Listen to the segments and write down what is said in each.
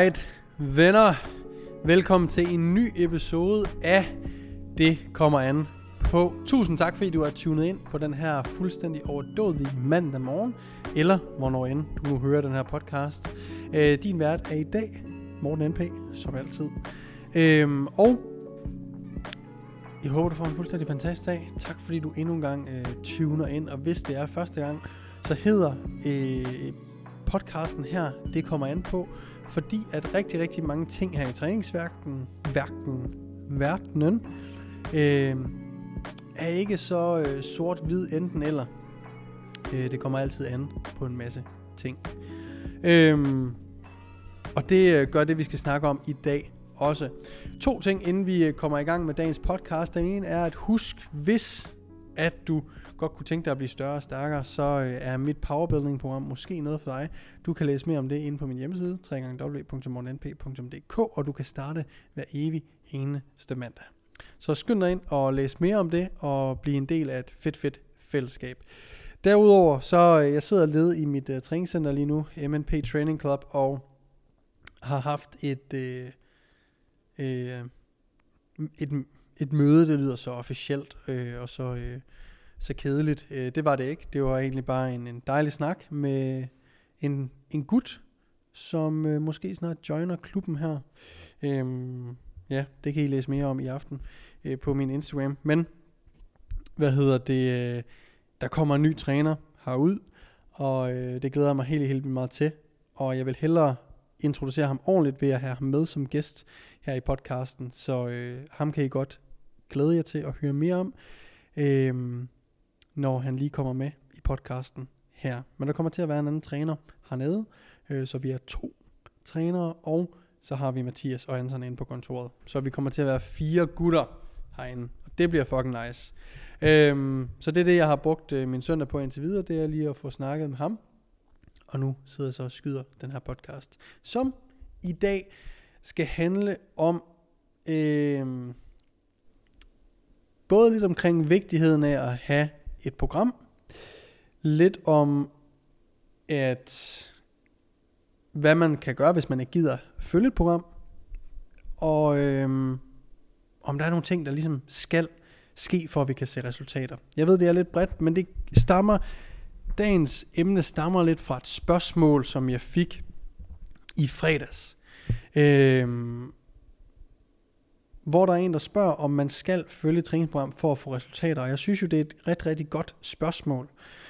Alright, venner. Velkommen til en ny episode af Det kommer an på. Tusind tak, fordi du har tunet ind på den her fuldstændig overdådige mandag morgen, eller hvornår end du nu hører den her podcast. Din vært er i dag Morten NP, som altid. Og jeg håber, du får en fuldstændig fantastisk dag. Tak, fordi du endnu en gang tuner ind. Og hvis det er første gang, så hedder podcasten her, Det kommer an på, fordi at rigtig, rigtig mange ting her i træningsverdenen er ikke så sort-hvid enten eller. Det kommer altid an på en masse ting. Og det gør det, vi skal snakke om i dag også. 2 ting, inden vi kommer i gang med dagens podcast. Den ene er at husk, hvis at du godt kunne tænke dig at blive større og stærkere, så er mit powerbuilding-program måske noget for dig. Du kan læse mere om det inde på min hjemmeside, www.mortennp.dk, og du kan starte hver evig eneste mandag. Så skynd dig ind og læs mere om det, og blive en del af et fedt fællesskab. Derudover, så jeg sidder og leder i mit træningscenter lige nu, MNP Training Club, og har haft et møde, det lyder så officielt, og så kedeligt. Det var det ikke. Det var egentlig bare en dejlig snak med en gut, som måske snart joiner klubben her. Ja, det kan I læse mere om i aften på min Instagram. Men, der kommer en ny træner herud, og det glæder jeg mig helt vildt meget til. Og jeg vil hellere introducere ham ordentligt ved at have ham med som gæst her i podcasten. Så ham kan I godt glæde jer til at høre mere om, når han lige kommer med i podcasten her. Men der kommer til at være en anden træner hernede, så vi er 2 trænere, og så har vi Mathias og Hansen inde på kontoret. Så vi kommer til at være 4 gutter herinde, og det bliver fucking nice. Så det er det, jeg har brugt min søndag på indtil videre, det er lige at få snakket med ham. Og nu sidder jeg så og skyder den her podcast, som i dag skal handle om både lidt omkring vigtigheden af at have et program, lidt om hvad man kan gøre, hvis man ikke gider følge et program, og om der er nogle ting, der ligesom skal ske, for at vi kan se resultater. Jeg ved, det er lidt bredt, men dagens emne stammer lidt fra et spørgsmål, som jeg fik i fredags. Hvor der er en, der spørger, om man skal følge et træningsprogram for at få resultater. Og jeg synes jo, det er et rigtig, rigtig godt spørgsmål.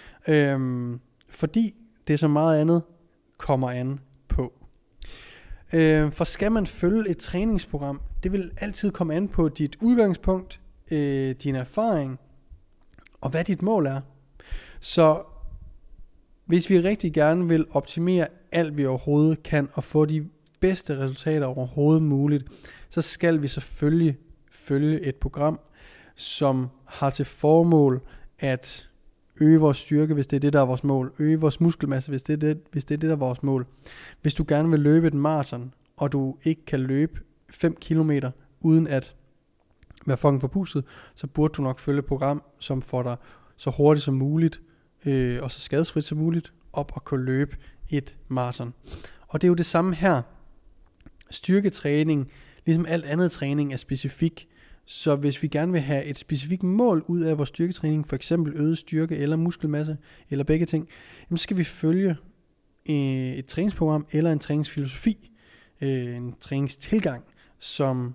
Fordi det så meget andet kommer an på. For skal man følge et træningsprogram, det vil altid komme an på dit udgangspunkt, din erfaring, og hvad dit mål er. Så hvis vi rigtig gerne vil optimere alt vi overhovedet kan, og få de bedste resultater overhovedet muligt, så skal vi selvfølgelig følge et program, som har til formål at øge vores styrke, hvis det er det, der er vores mål. Øge vores muskelmasse, hvis det er det, der er vores mål. Hvis du gerne vil løbe et maraton, og du ikke kan løbe 5 kilometer uden at være fucking forpustet, så burde du nok følge et program, som får dig så hurtigt som muligt, og så skadesfrit som muligt, op og kunne løbe et maraton. Og det er jo det samme her. Styrketræning, ligesom alt andet træning, er specifik. Så hvis vi gerne vil have et specifikt mål ud af vores styrketræning, for eksempel øget styrke eller muskelmasse, eller begge ting, så skal vi følge et træningsprogram eller en træningsfilosofi, en træningstilgang, som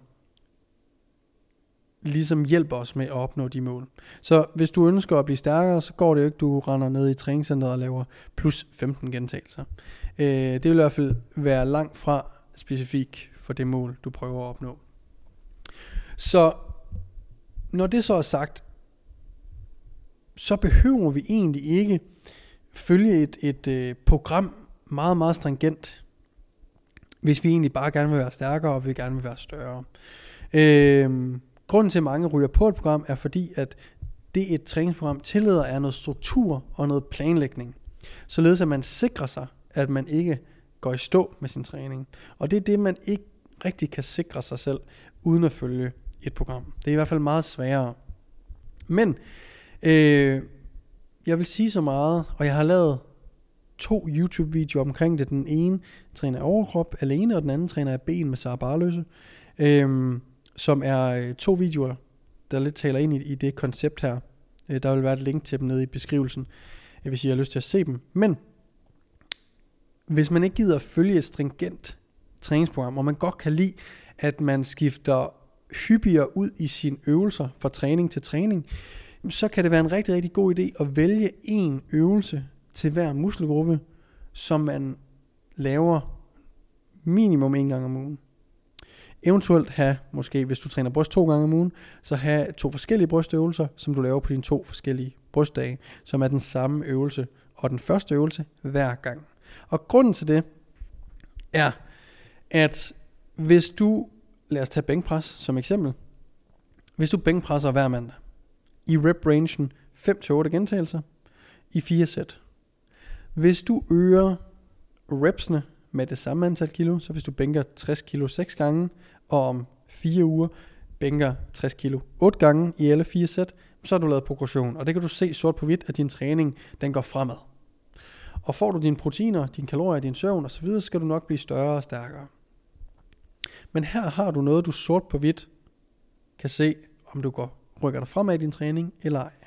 ligesom hjælper os med at opnå de mål. Så hvis du ønsker at blive stærkere, så går det jo ikke, du render ned i træningscenteret og laver plus 15 gentagelser. Det vil i hvert fald være langt fra specifik for det mål, du prøver at opnå. Så når det så er sagt, så behøver vi egentlig ikke følge et program meget, meget stringent, hvis vi egentlig bare gerne vil være stærkere, og vi gerne vil være større. Grunden til, at mange ryger på et program, er fordi, at det et træningsprogram tillader er noget struktur og noget planlægning. Således at man sikrer sig, at man ikke går i stå med sin træning. Og det er det, man ikke rigtig kan sikre sig selv, uden at følge et program. Det er i hvert fald meget sværere. Men jeg vil sige så meget, og jeg har lavet 2 YouTube-videoer omkring det. Den ene træner overkrop alene, og den anden træner af ben med Sara Barløse. Som er 2 videoer, der lidt taler ind i det koncept her. Der vil være et link til dem nede i beskrivelsen, hvis I har lyst til at se dem. Men hvis man ikke gider at følge et stringent træningsprogram, og man godt kan lide, at man skifter hyppigere ud i sine øvelser fra træning til træning, så kan det være en rigtig, rigtig god idé at vælge en øvelse til hver muskelgruppe, som man laver minimum 1 gang om ugen. Eventuelt have, måske hvis du træner bryst 2 gange om ugen, så have 2 forskellige brystøvelser, som du laver på dine 2 forskellige brystdage, som er den samme øvelse, og den første øvelse hver gang. Og grunden til det er, at hvis du, lad os tage bænkpres som eksempel, hvis du bænkpresser hver mandag, i rep-rangen 5-8 gentagelser, i 4 sæt. Hvis du øger repsene med det samme antal kilo, så hvis du bænker 60 kilo 6 gange, og om 4 uger bænker 60 kilo 8 gange i alle 4 sæt, så har du lavet progression, og det kan du se sort på hvidt, at din træning, den går fremad. Og får du dine proteiner, dine kalorier, din søvn osv., så skal du nok blive større og stærkere. Men her har du noget, du sort på hvidt kan se, om du rykker dig fremad i din træning eller ej.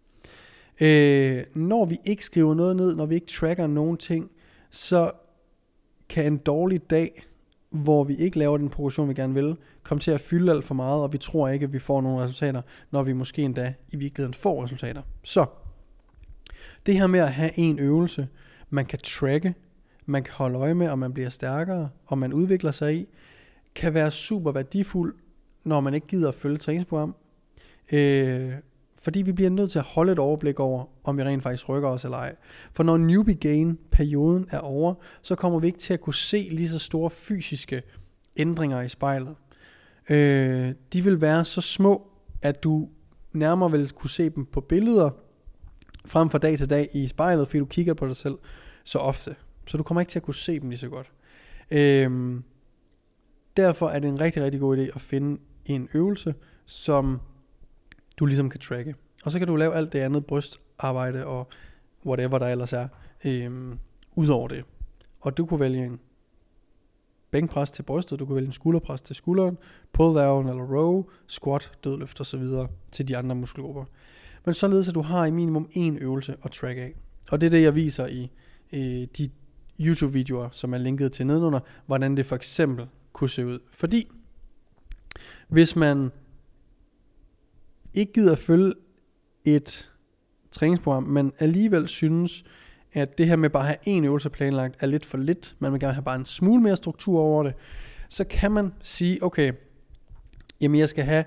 Når vi ikke skriver noget ned, når vi ikke tracker nogen ting, så kan en dårlig dag, hvor vi ikke laver den progression, vi gerne vil, komme til at fylde alt for meget, og vi tror ikke, at vi får nogle resultater, når vi måske endda i virkeligheden får resultater. Så det her med at have en øvelse, man kan tracke, man kan holde øje med, om man bliver stærkere, og man udvikler sig i, kan være super værdifuld, når man ikke gider at følge et træningsprogram. Fordi vi bliver nødt til at holde et overblik over, om vi rent faktisk rykker os eller ej. For når newbie gain perioden er over, så kommer vi ikke til at kunne se lige så store fysiske ændringer i spejlet. De vil være så små, at du nærmere vil kunne se dem på billeder, frem for dag til dag i spejlet, fordi du kigger på dig selv så ofte. Så du kommer ikke til at kunne se dem lige så godt. Derfor er det en rigtig, rigtig god idé at finde en øvelse, som du ligesom kan tracke. Og så kan du lave alt det andet brystarbejde og whatever der ellers er ud over det. Og du kunne vælge en bænkpres til brystet, du kunne vælge en skulderpres til skulderen, pull down eller row, squat, dødløft og så videre til de andre muskelgrupper. Men således at du har i minimum 1 øvelse at track af. Og det er det jeg viser i de YouTube-videoer, som er linket til nedenunder, hvordan det for eksempel kunne se ud. Fordi hvis man ikke gider at følge et træningsprogram, men alligevel synes, at det her med bare at have 1 øvelse planlagt er lidt for lidt, man vil gerne have bare en smule mere struktur over det, så kan man sige, okay, jamen jeg skal have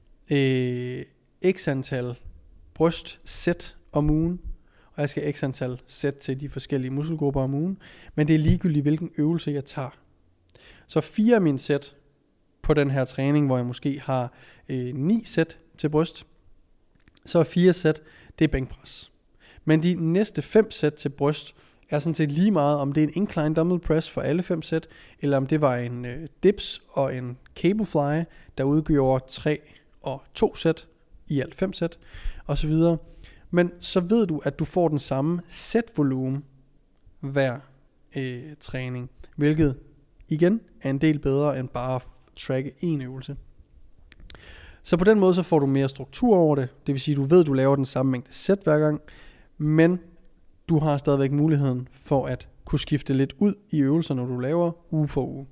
x antal brystsæt om ugen, og jeg skal have x antal sæt til de forskellige muskelgrupper om ugen, men det er ligegyldigt, hvilken øvelse jeg tager. Så 4 af mine sæt på den her træning, hvor jeg måske har 9 sæt til bryst, så er 4 sæt, det er bænkpres. Men de næste 5 sæt til bryst er sådan set lige meget, om det er en incline dumbbell press for alle 5 sæt, eller om det var en dips og en cable fly, der udgjorde 3 og 2 sæt i alt 5 sæt, og så videre. Men så ved du, at du får den samme sætvolumen hver træning, hvilket igen er en del bedre end bare at tracke 1 øvelse. Så på den måde så får du mere struktur over det. Det vil sige, at du ved, at du laver den samme mængde sæt hver gang, men du har stadigvæk muligheden for at kunne skifte lidt ud i øvelser, når du laver uge for uge.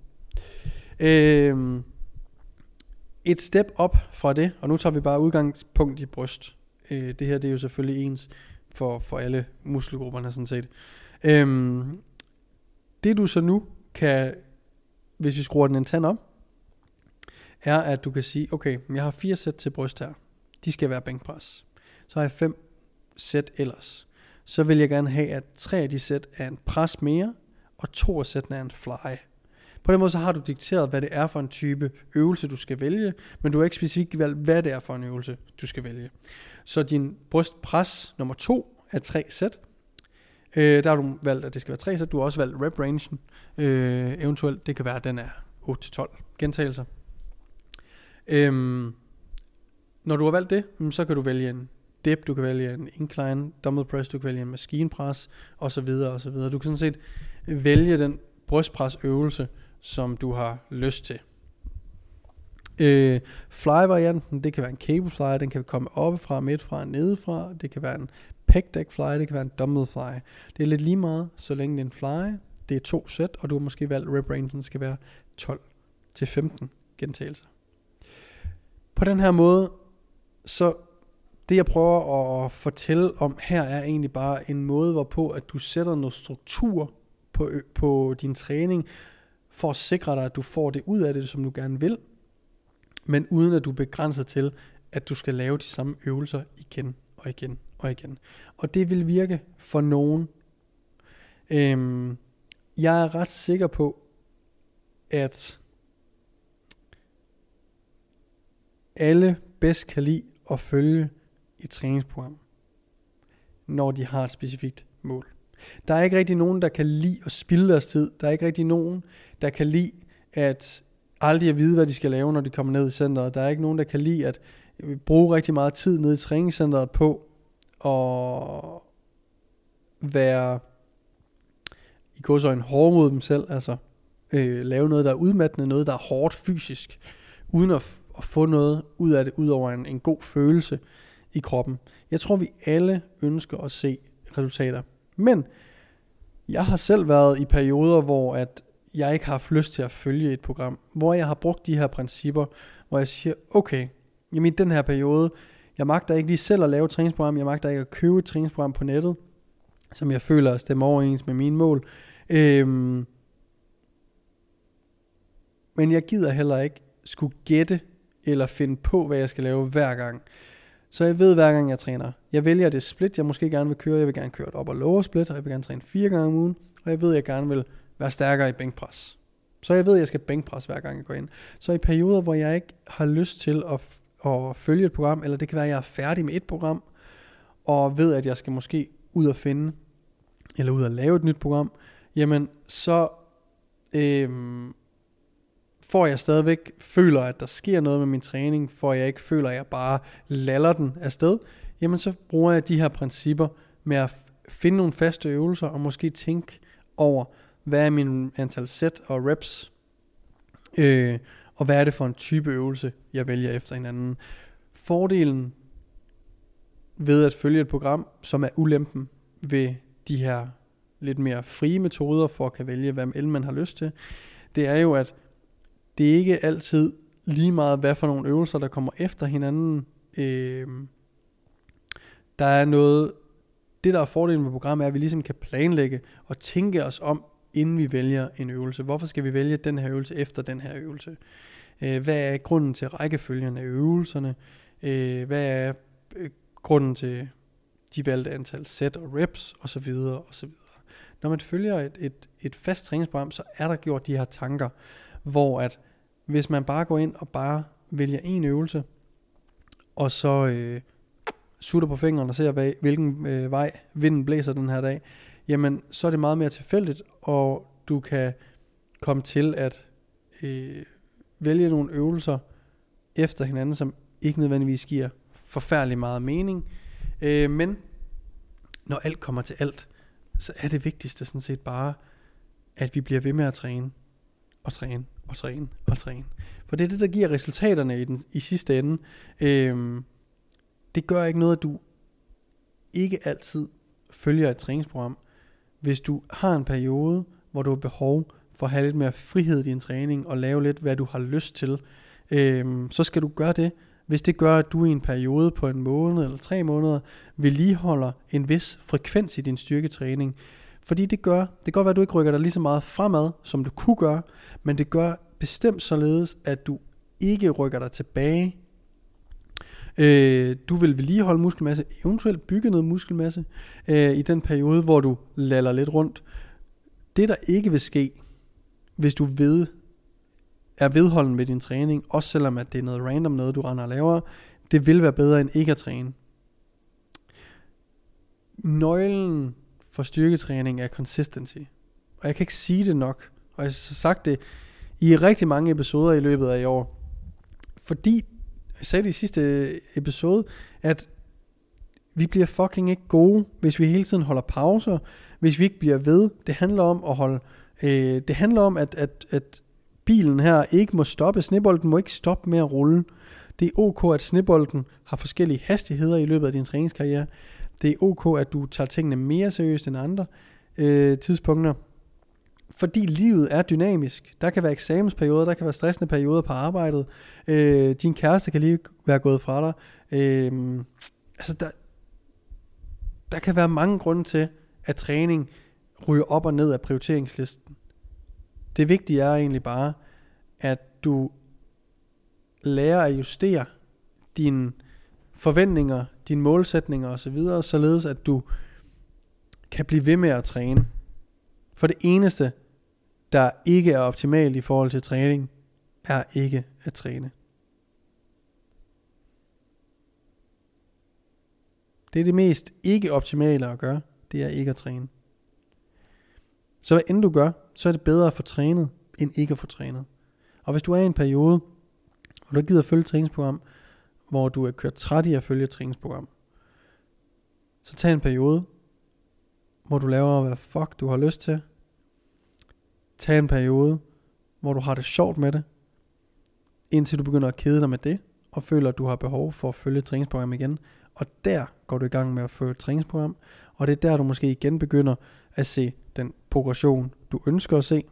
Et step op fra det, og nu tager vi bare udgangspunkt i bryst. Det her det er jo selvfølgelig ens for alle muskelgrupperne sådan set. Det du så nu kan, hvis vi skruer den en tand op, er at du kan sige, okay, jeg har 4 sæt til bryst her. De skal være bænkpres. Så har jeg 5 sæt ellers. Så vil jeg gerne have, at 3 af de sæt er en pres mere, og 2 af sættene er en fly. På den måde så har du dikteret, hvad det er for en type øvelse, du skal vælge, men du har ikke specifikt valgt, hvad det er for en øvelse, du skal vælge. Så din brystpres nummer 2 er 3 sæt. Der har du valgt, at det skal være 3 sæt. Du har også valgt rep-rangen. Eventuelt, det kan være, at den er 8-12 gentagelser. Når du har valgt det, så kan du vælge en dip, du kan vælge en incline dumbbell press, du kan vælge en maskinpres, og så videre, og så videre. Du kan sådan set vælge den brystpresøvelse, som du har lyst til. Fly-varianten, det kan være en cable fly, den kan komme oppefra, midtfra, nedefra, det kan være en pec deck fly, det kan være en dumbbell fly. Det er lidt lige meget, så længe det er en fly. Det er 2 sæt, og du har måske valgt rep rangen skal være 12-15 gentagelser. På den her måde, så det jeg prøver at fortælle om her, er egentlig bare en måde, hvorpå at du sætter noget struktur på din træning, for at sikre dig, at du får det ud af det, som du gerne vil, men uden at du begrænser til, at du skal lave de samme øvelser igen og igen og igen. Og det vil virke for nogen. Jeg er ret sikker på, at alle bedst kan lide at følge et træningsprogram, når de har et specifikt mål. Der er ikke rigtig nogen, der kan lide at spilde deres tid. Der er ikke rigtig nogen, der kan lide at aldrig at vide, hvad de skal lave, når de kommer ned i centret. Der er ikke nogen, der kan lide at bruge rigtig meget tid nede i træningscentret på at være i gåseøjne hårde mod dem selv, altså lave noget, der er udmattende, noget, der er hårdt fysisk, uden at få noget ud af det, ud over en god følelse i kroppen. Jeg tror, vi alle ønsker at se resultater. Men jeg har selv været i perioder, hvor at jeg ikke har haft lyst til at følge et program, hvor jeg har brugt de her principper, hvor jeg siger, okay, jamen i den her periode, jeg magter ikke lige selv at lave et træningsprogram, jeg magter ikke at købe et træningsprogram på nettet, som jeg føler stemmer overens med mine mål. Men jeg gider heller ikke skulle gætte eller finde på, hvad jeg skal lave hver gang. Så jeg ved hver gang jeg træner. Jeg vælger det split, jeg måske gerne vil køre. Jeg vil gerne køre et op- og lower split, og jeg vil gerne træne 4 gange om ugen. Og jeg ved, jeg gerne vil være stærkere i bænkpres. Så jeg ved, jeg skal bænkpres hver gang jeg går ind. Så i perioder, hvor jeg ikke har lyst til at følge et program, eller det kan være, at jeg er færdig med et program, og ved, at jeg skal måske ud og finde, eller ud og lave et nyt program, jamen så får jeg stadigvæk føler, at der sker noget med min træning, for jeg ikke føler, at jeg bare laller den afsted, jamen så bruger jeg de her principper med at finde nogle faste øvelser, og måske tænke over, hvad er min antal sæt og reps, og hvad er det for en type øvelse, jeg vælger efter hinanden. Fordelen ved at følge et program, som er ulempen ved de her lidt mere frie metoder, for at kan vælge, hvad end man har lyst til, det er jo, at det er ikke altid lige meget, hvad for nogle øvelser, der kommer efter hinanden. Der er noget, det der er fordelen ved programmet, er, at vi ligesom kan planlægge og tænke os om, inden vi vælger en øvelse. Hvorfor skal vi vælge den her øvelse efter den her øvelse? Hvad er grunden til rækkefølgen af øvelserne? Hvad er grunden til de valgte antal sæt og reps, og så videre, og så videre. Når man følger et fast træningsprogram, så er der gjort de her tanker, hvor at hvis man bare går ind og bare vælger en øvelse, og så sutter på fingeren og ser, hvilken vej vinden blæser den her dag, jamen så er det meget mere tilfældigt, og du kan komme til at vælge nogle øvelser efter hinanden, som ikke nødvendigvis giver forfærdelig meget mening. Men når alt kommer til alt, så er det vigtigste sådan set bare, at vi bliver ved med at træne, og træne, og træne, og træne. For det er det, der giver resultaterne i sidste ende. Det gør ikke noget, at du ikke altid følger et træningsprogram. Hvis du har en periode, hvor du har behov for at have lidt mere frihed i din træning, og lave lidt, hvad du har lyst til, så skal du gøre det. Hvis det gør, at du i en periode på en måned eller 3 måneder vedligeholder en vis frekvens i din styrketræning. Fordi det kan godt være, at du ikke rykker dig lige så meget fremad, som du kunne gøre, men det gør bestemt således, at du ikke rykker dig tilbage. Du vil vedligeholde muskelmasse, eventuelt bygge noget muskelmasse i den periode, hvor du laller lidt rundt. Det, der ikke vil ske, hvis du er vedholden med din træning, også selvom at det er noget random noget, du render og laver, det vil være bedre end ikke at træne. Nøglen for styrketræning er consistency. Og jeg kan ikke sige det nok. Og jeg har sagt det i rigtig mange episoder i løbet af i år. Fordi, jeg sagde det i sidste episode, at Vi bliver fucking ikke gode, hvis vi hele tiden holder pauser, hvis vi ikke bliver ved. Det handler om at holde, det handler om, at bilen her ikke må stoppe. Snebolden må ikke stoppe med at rulle. Det er ok, at snebolden har forskellige hastigheder i løbet af din træningskarriere. Det er ok, at du tager tingene mere seriøst end andre tidspunkter. Fordi livet er dynamisk. Der kan være eksamensperioder, der kan være stressende perioder på arbejdet. Din kæreste kan lige være gået fra dig. Der kan være mange grunde til, at træning ryger op og ned af prioriteringslisten. Det vigtige er egentlig bare, at du lærer at justere dine forventninger, dine målsætninger osv., således at du kan blive ved med at træne. For det eneste, der ikke er optimalt i forhold til træning, er ikke at træne. Det er det mest ikke optimale at gøre, det er ikke at træne. Så hvad end du gør, så er det bedre at få trænet, end ikke at få trænet. Og hvis du er i en periode, hvor du ikke gider at følge et træningsprogram, hvor du er kørt træt i at følge et træningsprogram, så tag en periode, hvor du laver hvad fuck du har lyst til. Tag en periode, hvor du har det sjovt med det, indtil du begynder at kede dig med det, og føler, at du har behov for at følge et træningsprogram igen. Og der går du i gang med at følge et træningsprogram, og det er der, du måske igen begynder at se den progression, du ønsker at se.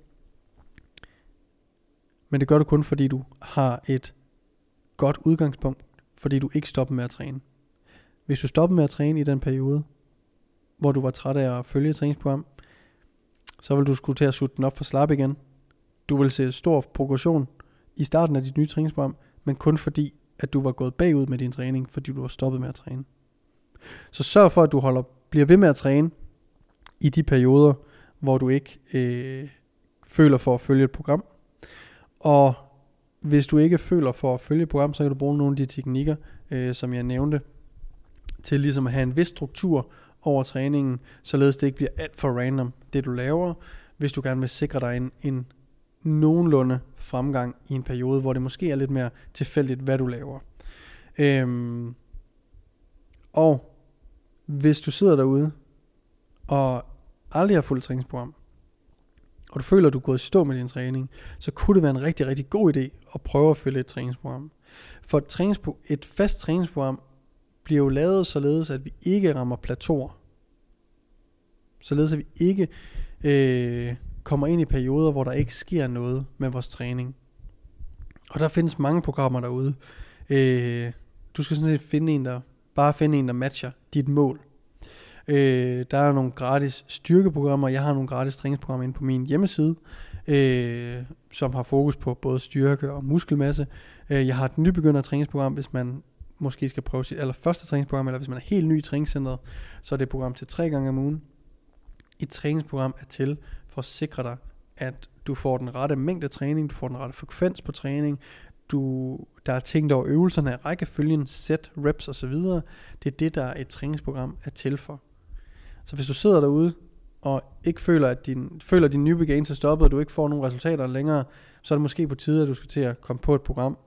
Men det gør du kun, fordi du har et godt udgangspunkt, fordi du ikke stopper med at træne. Hvis du stopper med at træne i den periode, hvor du var træt af at følge et træningsprogram, så vil du skulle til at sutte den op for slap igen. Du vil se stor progression i starten af dit nye træningsprogram, men kun fordi, at du var gået bagud med din træning, fordi du var stoppet med at træne. Så sørg for, at du bliver ved med at træne i de perioder, hvor du ikke føler for at følge et program. Og hvis du ikke føler for at følge et program, så kan du bruge nogle af de teknikker, som jeg nævnte, til ligesom at have en vis struktur over træningen, således det ikke bliver alt for random, det du laver, hvis du gerne vil sikre dig en nogenlunde fremgang i en periode, hvor det måske er lidt mere tilfældigt, hvad du laver. Og hvis du sidder derude og aldrig har fulgt træningsprogram, og du føler, at du er gået i stå med din træning, så kunne det være en rigtig, rigtig god idé at prøve at følge et træningsprogram. For et fast træningsprogram bliver jo lavet således, at vi ikke rammer plateauer. Således at vi ikke kommer ind i perioder, hvor der ikke sker noget med vores træning. Og der findes mange programmer derude. Du skal sådan set finde en, der matcher dit mål. Der er nogle gratis styrkeprogrammer. Jeg har nogle gratis træningsprogrammer inde på min hjemmeside, som har fokus på både styrke og muskelmasse. Jeg har et nybegynder træningsprogram, hvis man måske skal prøve sit allerførste træningsprogram, eller hvis man er helt ny i træningscenteret, så er det et program til 3 gange om ugen. Et træningsprogram er til for at sikre dig, at du får den rette mængde træning, du får den rette frekvens på træning, der er ting over øvelserne, rækkefølgen, set, reps osv. Det er det, der et træningsprogram er til for. Så hvis du sidder derude, og ikke føler, at din nye gains er stoppet, og du ikke får nogen resultater længere, så er det måske på tide, at du skal til at komme på et program.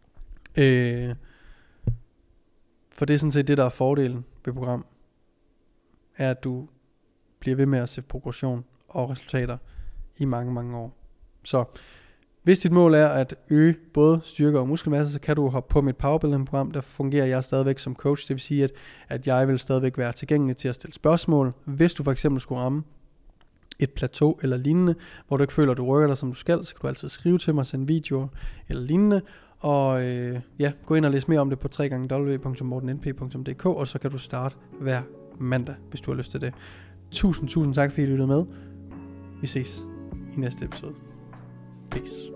For det er sådan set det, der er fordelen ved program, er at du bliver ved med at se progression og resultater i mange, mange år. Så hvis dit mål er at øge både styrke og muskelmasse, så kan du hoppe på mit powerbuilding-program. Der fungerer jeg stadigvæk som coach. Det vil sige, at jeg vil stadigvæk være tilgængelig til at stille spørgsmål. Hvis du for eksempel skulle ramme et plateau eller lignende, hvor du ikke føler, at du rykker dig, som du skal, så kan du altid skrive til mig, sende videoer eller lignende. Og gå ind og læs mere om det på www.mortennp.dk, og så kan du starte hver mandag, hvis du har lyst til det. Tusind tak, fordi I lyttede med. Vi ses i næste episode. Peace.